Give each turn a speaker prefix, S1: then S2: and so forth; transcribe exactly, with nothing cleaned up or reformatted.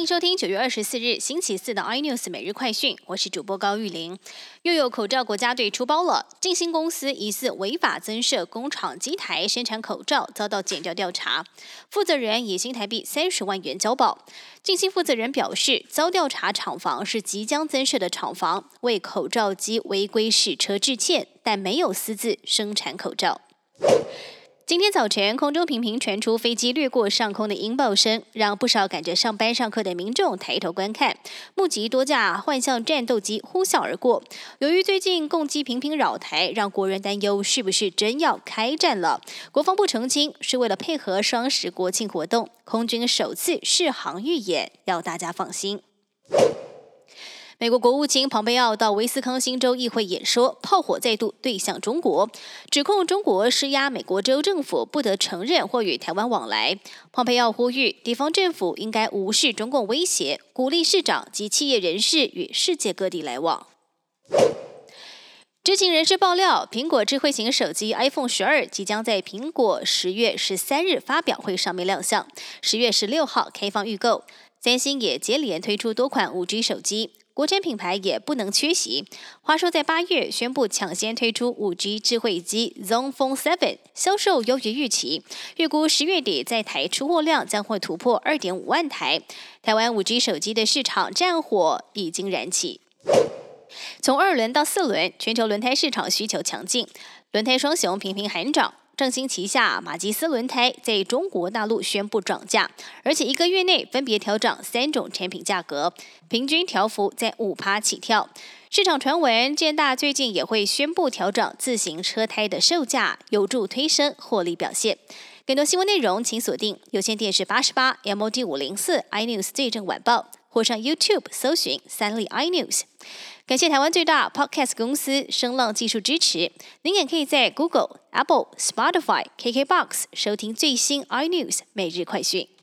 S1: 收听九月二十四日星期四的 iNews 每日快讯，我是主播高玉玲。又有口罩国家队出包了，劲兴公司疑似违法增设工厂机台生产口罩，遭到检调调查，负责人以新台币三十万元交保。劲兴负责人表示，遭调查厂房是即将增设的厂房，为口罩机违规试车致歉，但没有私自生产口罩。今天早晨，空中频频传出飞机掠过上空的音爆声，让不少赶着上班上课的民众抬头观看，目击多架幻象战斗机呼啸而过。由于最近共机频频扰台，让国人担忧是不是真要开战了。国防部澄清，是为了配合双十国庆活动，空军首次试航预演，要大家放心。美国国务卿庞培奥到威斯康星州议会演说，炮火再度对向中国，指控中国施压美国州政府不得承认或与台湾往来。庞培奥呼吁地方政府应该无视中共威胁，鼓励市长及企业人士与世界各地来往。知情人士爆料，苹果智慧型手机 iPhone 十二即将在苹果十月十三日发表会上面亮相，十月十六号开放预购。三星也接连推出多款 五 G 手机。国产品牌也不能缺席。华硕在八月宣布抢先推出 五 G 智慧机 Zenfone 七，销售优于预期，预估十月底在台出货量将会突破 二点五万台。台湾 五 G 手机的市场战火已经燃起。从二轮到四轮，全球轮胎市场需求强劲，轮胎双雄频频喊涨。正兴旗下马吉斯轮胎在中国大陆宣布涨价，而且一个月内分别调涨三种产品价格，平均调幅在 百分之五 起跳。市场传闻，建大最近也会宣布调涨自行车胎的售价，有助推升获利表现。更多新闻内容，请锁定有线电视八十八 M O D 五零四 iNews 最正晚报，或上 YouTube 搜寻三立 iNews。感谢台湾最大 Podcast 公司声浪技术支持。您也可以在 Google、Apple、Spotify、K K B O X 收听最新 iNews 每日快讯。